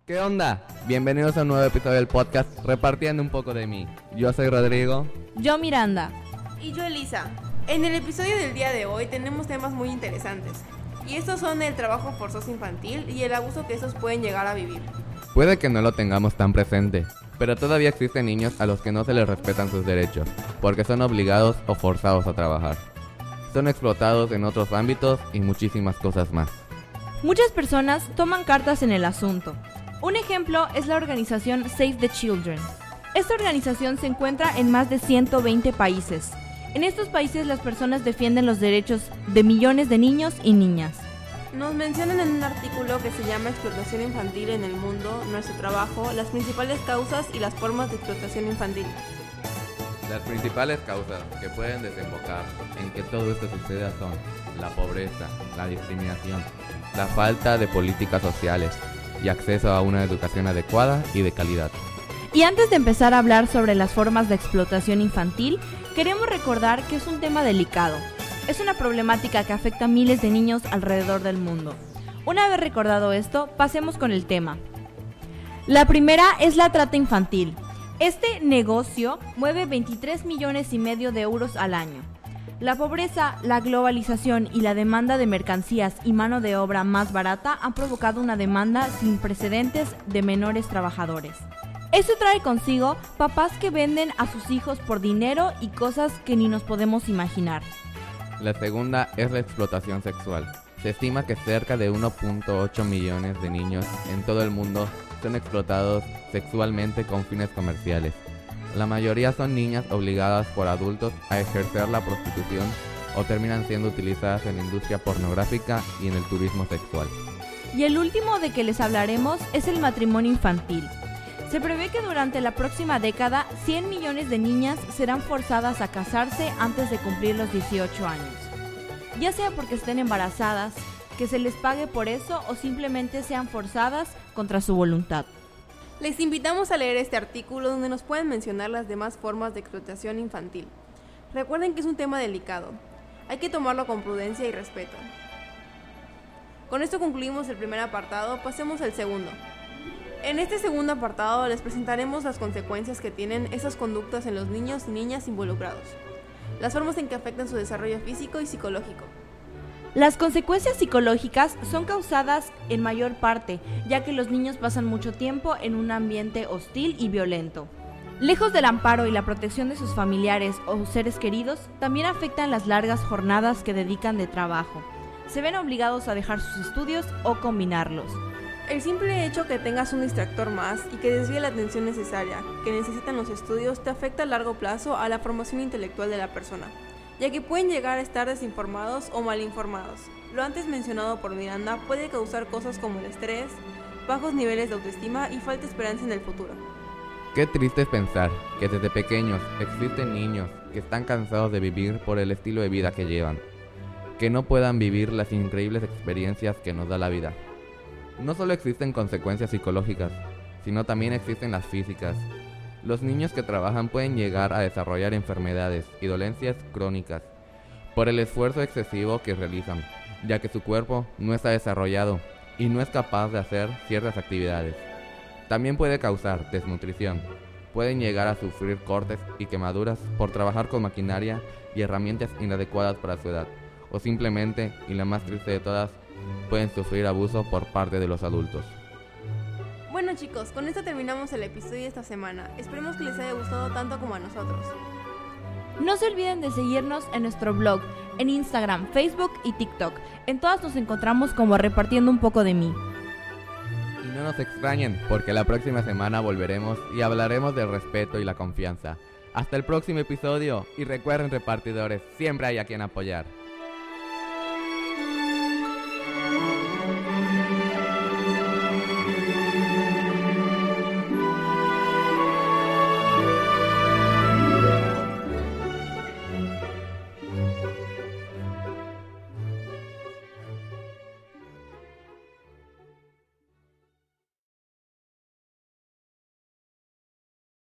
¿Qué onda? Bienvenidos a un nuevo episodio del podcast Repartiendo un poco de mí. Yo soy Rodrigo. Yo Miranda. Y yo Elisa. En el episodio del día de hoy tenemos temas muy interesantes. Y estos son el trabajo forzoso infantil y el abuso que estos pueden llegar a vivir. Puede que no lo tengamos tan presente, pero todavía existen niños a los que no se les respetan sus derechos, porque son obligados o forzados a trabajar. Son explotados en otros ámbitos y muchísimas cosas más. Muchas personas toman cartas en el asunto. Un ejemplo es la organización Save the Children. Esta organización se encuentra en más de 120 países. En estos países las personas defienden los derechos de millones de niños y niñas. Nos mencionan en un artículo que se llama Explotación infantil en el mundo, nuestro trabajo, las principales causas y las formas de explotación infantil. Las principales causas que pueden desembocar en que todo esto suceda son la pobreza, la discriminación, la falta de políticas sociales y acceso a una educación adecuada y de calidad. Y antes de empezar a hablar sobre las formas de explotación infantil, queremos recordar que es un tema delicado. Es una problemática que afecta a miles de niños alrededor del mundo. Una vez recordado esto, pasemos con el tema. La primera es la trata infantil. Este negocio mueve 23 millones y medio de euros al año. La pobreza, la globalización y la demanda de mercancías y mano de obra más barata han provocado una demanda sin precedentes de menores trabajadores. Esto trae consigo papás que venden a sus hijos por dinero y cosas que ni nos podemos imaginar. La segunda es la explotación sexual. Se estima que cerca de 1.8 millones de niños en todo el mundo son explotados sexualmente con fines comerciales. La mayoría son niñas obligadas por adultos a ejercer la prostitución o terminan siendo utilizadas en la industria pornográfica y en el turismo sexual. Y el último de que les hablaremos es el matrimonio infantil. Se prevé que durante la próxima década 100 millones de niñas serán forzadas a casarse antes de cumplir los 18 años. Ya sea porque estén embarazadas, que se les pague por eso o simplemente sean forzadas contra su voluntad. Les invitamos a leer este artículo donde nos pueden mencionar las demás formas de explotación infantil. Recuerden que es un tema delicado. Hay que tomarlo con prudencia y respeto. Con esto concluimos el primer apartado, pasemos al segundo. En este segundo apartado les presentaremos las consecuencias que tienen esas conductas en los niños y niñas involucrados, las formas en que afectan su desarrollo físico y psicológico. Las consecuencias psicológicas son causadas en mayor parte, ya que los niños pasan mucho tiempo en un ambiente hostil y violento. Lejos del amparo y la protección de sus familiares o seres queridos, también afectan las largas jornadas que dedican de trabajo. Se ven obligados a dejar sus estudios o combinarlos. El simple hecho que tengas un distractor más y que desvíe la atención necesaria que necesitan los estudios te afecta a largo plazo a la formación intelectual de la persona, ya que pueden llegar a estar desinformados o mal informados. Lo antes mencionado por Miranda puede causar cosas como el estrés, bajos niveles de autoestima y falta de esperanza en el futuro. Qué triste es pensar que desde pequeños existen niños que están cansados de vivir por el estilo de vida que llevan, que no puedan vivir las increíbles experiencias que nos da la vida. No solo existen consecuencias psicológicas, sino también existen las físicas. Los niños que trabajan pueden llegar a desarrollar enfermedades y dolencias crónicas por el esfuerzo excesivo que realizan, ya que su cuerpo no está desarrollado y no es capaz de hacer ciertas actividades. También puede causar desnutrición. Pueden llegar a sufrir cortes y quemaduras por trabajar con maquinaria y herramientas inadecuadas para su edad, o simplemente, y la más triste de todas, pueden sufrir abuso por parte de los adultos. Bueno chicos, con esto terminamos el episodio de esta semana. Esperemos que les haya gustado tanto como a nosotros. No se olviden de seguirnos en nuestro blog, en Instagram, Facebook y TikTok. En todas nos encontramos como Repartiendo un poco de mí. Y no nos extrañen, porque la próxima semana volveremos y hablaremos del respeto y la confianza. Hasta el próximo episodio, y recuerden repartidores, siempre hay a quien apoyar.